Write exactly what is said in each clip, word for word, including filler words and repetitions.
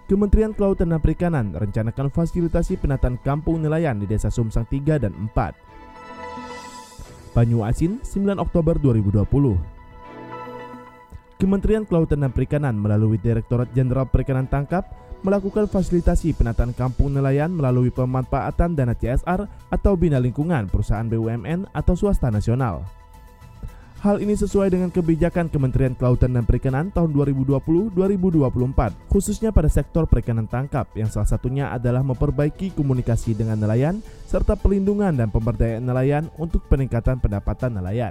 Kementerian Kelautan dan Perikanan rencanakan fasilitasi penataan kampung nelayan di Desa Sumsang tiga dan empat. Banyuasin, sembilan Oktober dua ribu dua puluh. Kementerian Kelautan dan Perikanan melalui Direktorat Jenderal Perikanan Tangkap melakukan fasilitasi penataan kampung nelayan melalui pemanfaatan dana C S R atau Bina Lingkungan perusahaan B U M N atau swasta nasional. Hal ini sesuai dengan kebijakan Kementerian Kelautan dan Perikanan tahun dua ribu dua puluh sampai dua ribu dua puluh empat, khususnya pada sektor perikanan tangkap yang salah satunya adalah memperbaiki komunikasi dengan nelayan serta pelindungan dan pemberdayaan nelayan untuk peningkatan pendapatan nelayan.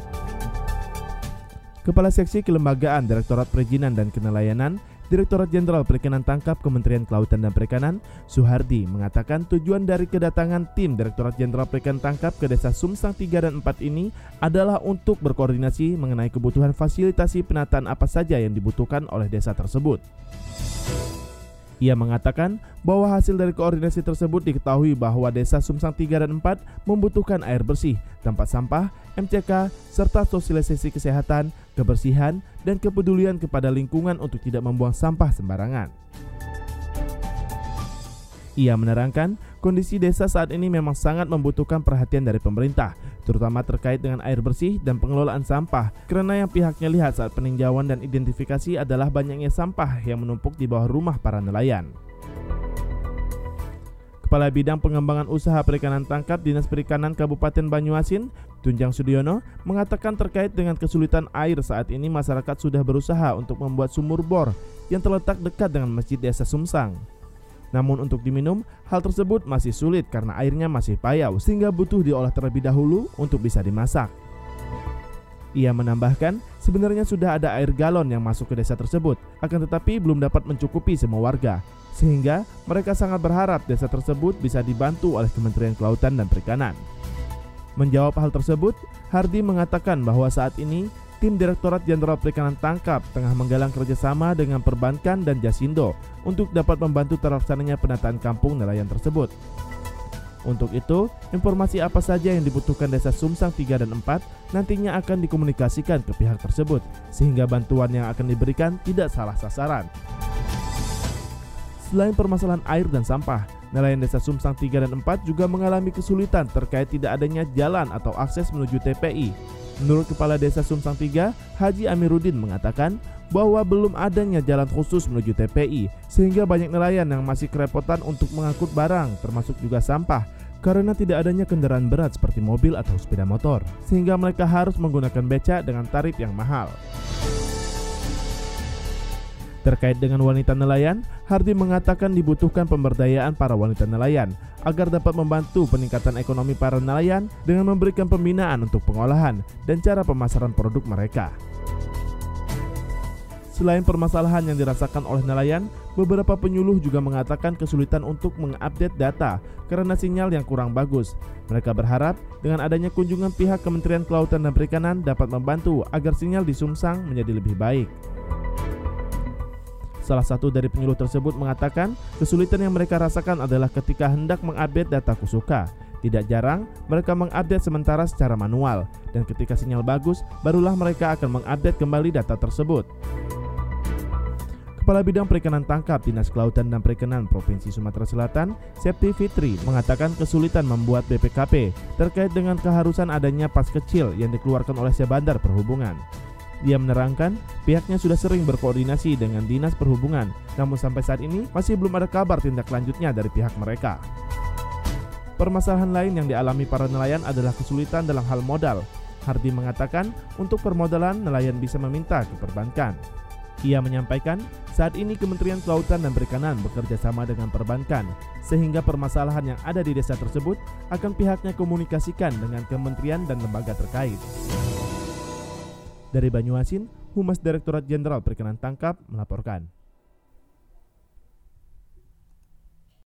Kepala Seksi Kelembagaan Direktorat Perizinan dan Kenelayanan Direktorat Jenderal Perikanan Tangkap Kementerian Kelautan dan Perikanan, Suhardi, mengatakan tujuan dari kedatangan tim Direktorat Jenderal Perikanan Tangkap ke Desa Sumsang tiga dan empat ini adalah untuk berkoordinasi mengenai kebutuhan fasilitasi penataan apa saja yang dibutuhkan oleh desa tersebut. Ia mengatakan bahwa hasil dari koordinasi tersebut diketahui bahwa Desa Sumsang tiga dan empat membutuhkan air bersih, tempat sampah, M C K, serta sosialisasi kesehatan, kebersihan, dan kepedulian kepada lingkungan untuk tidak membuang sampah sembarangan. Ia menerangkan, kondisi desa saat ini memang sangat membutuhkan perhatian dari pemerintah, terutama terkait dengan air bersih dan pengelolaan sampah, karena yang pihaknya lihat saat peninjauan dan identifikasi adalah banyaknya sampah yang menumpuk di bawah rumah para nelayan. Kepala Bidang Pengembangan Usaha Perikanan Tangkap Dinas Perikanan Kabupaten Banyuasin, Tunjang Sudiono, mengatakan terkait dengan kesulitan air saat ini masyarakat sudah berusaha untuk membuat sumur bor yang terletak dekat dengan Masjid Desa Sumsang. Namun untuk diminum, hal tersebut masih sulit karena airnya masih payau sehingga butuh diolah terlebih dahulu untuk bisa dimasak. Ia menambahkan, sebenarnya sudah ada air galon yang masuk ke desa tersebut, akan tetapi belum dapat mencukupi semua warga, sehingga mereka sangat berharap desa tersebut bisa dibantu oleh Kementerian Kelautan dan Perikanan. Menjawab hal tersebut, Hardi mengatakan bahwa saat ini tim Direktorat Jenderal Perikanan Tangkap tengah menggalang kerjasama dengan perbankan dan Jasindo untuk dapat membantu terlaksananya penataan kampung nelayan tersebut. Untuk itu, informasi apa saja yang dibutuhkan Desa Sumsang tiga dan empat nantinya akan dikomunikasikan ke pihak tersebut, sehingga bantuan yang akan diberikan tidak salah sasaran. Selain permasalahan air dan sampah, nelayan Desa Sumsang tiga dan empat juga mengalami kesulitan terkait tidak adanya jalan atau akses menuju T P I. Menurut Kepala Desa Sumsang tiga, Haji Amiruddin mengatakan bahwa belum adanya jalan khusus menuju T P I, sehingga banyak nelayan yang masih kerepotan untuk mengangkut barang, termasuk juga sampah, karena tidak adanya kendaraan berat seperti mobil atau sepeda motor, sehingga mereka harus menggunakan beca dengan tarif yang mahal. Terkait dengan wanita nelayan, Hardi mengatakan dibutuhkan pemberdayaan para wanita nelayan agar dapat membantu peningkatan ekonomi para nelayan dengan memberikan pembinaan untuk pengolahan dan cara pemasaran produk mereka. Selain permasalahan yang dirasakan oleh nelayan, beberapa penyuluh juga mengatakan kesulitan untuk mengupdate data karena sinyal yang kurang bagus. Mereka berharap dengan adanya kunjungan pihak Kementerian Kelautan dan Perikanan dapat membantu agar sinyal di Sumsang menjadi lebih baik. Salah satu dari penyuluh tersebut mengatakan kesulitan yang mereka rasakan adalah ketika hendak mengupdate data Kusuka. Tidak jarang mereka mengupdate sementara secara manual, dan ketika sinyal bagus barulah mereka akan mengupdate kembali data tersebut. Kepala Bidang Perikanan Tangkap Dinas Kelautan dan Perikanan Provinsi Sumatera Selatan, Septi Fitri, mengatakan kesulitan membuat B P K P terkait dengan keharusan adanya pas kecil yang dikeluarkan oleh Syah Bandar Perhubungan. Dia menerangkan pihaknya sudah sering berkoordinasi dengan Dinas Perhubungan, namun sampai saat ini masih belum ada kabar tindak lanjutnya dari pihak mereka. Permasalahan lain yang dialami para nelayan adalah kesulitan dalam hal modal. Hardi mengatakan untuk permodalan nelayan bisa meminta ke perbankan. Ia menyampaikan saat ini Kementerian Kelautan dan Perikanan bekerja sama dengan perbankan, sehingga permasalahan yang ada di desa tersebut akan pihaknya komunikasikan dengan kementerian dan lembaga terkait. Dari Banyuasin, Humas Direktorat Jenderal Perikanan Tangkap melaporkan.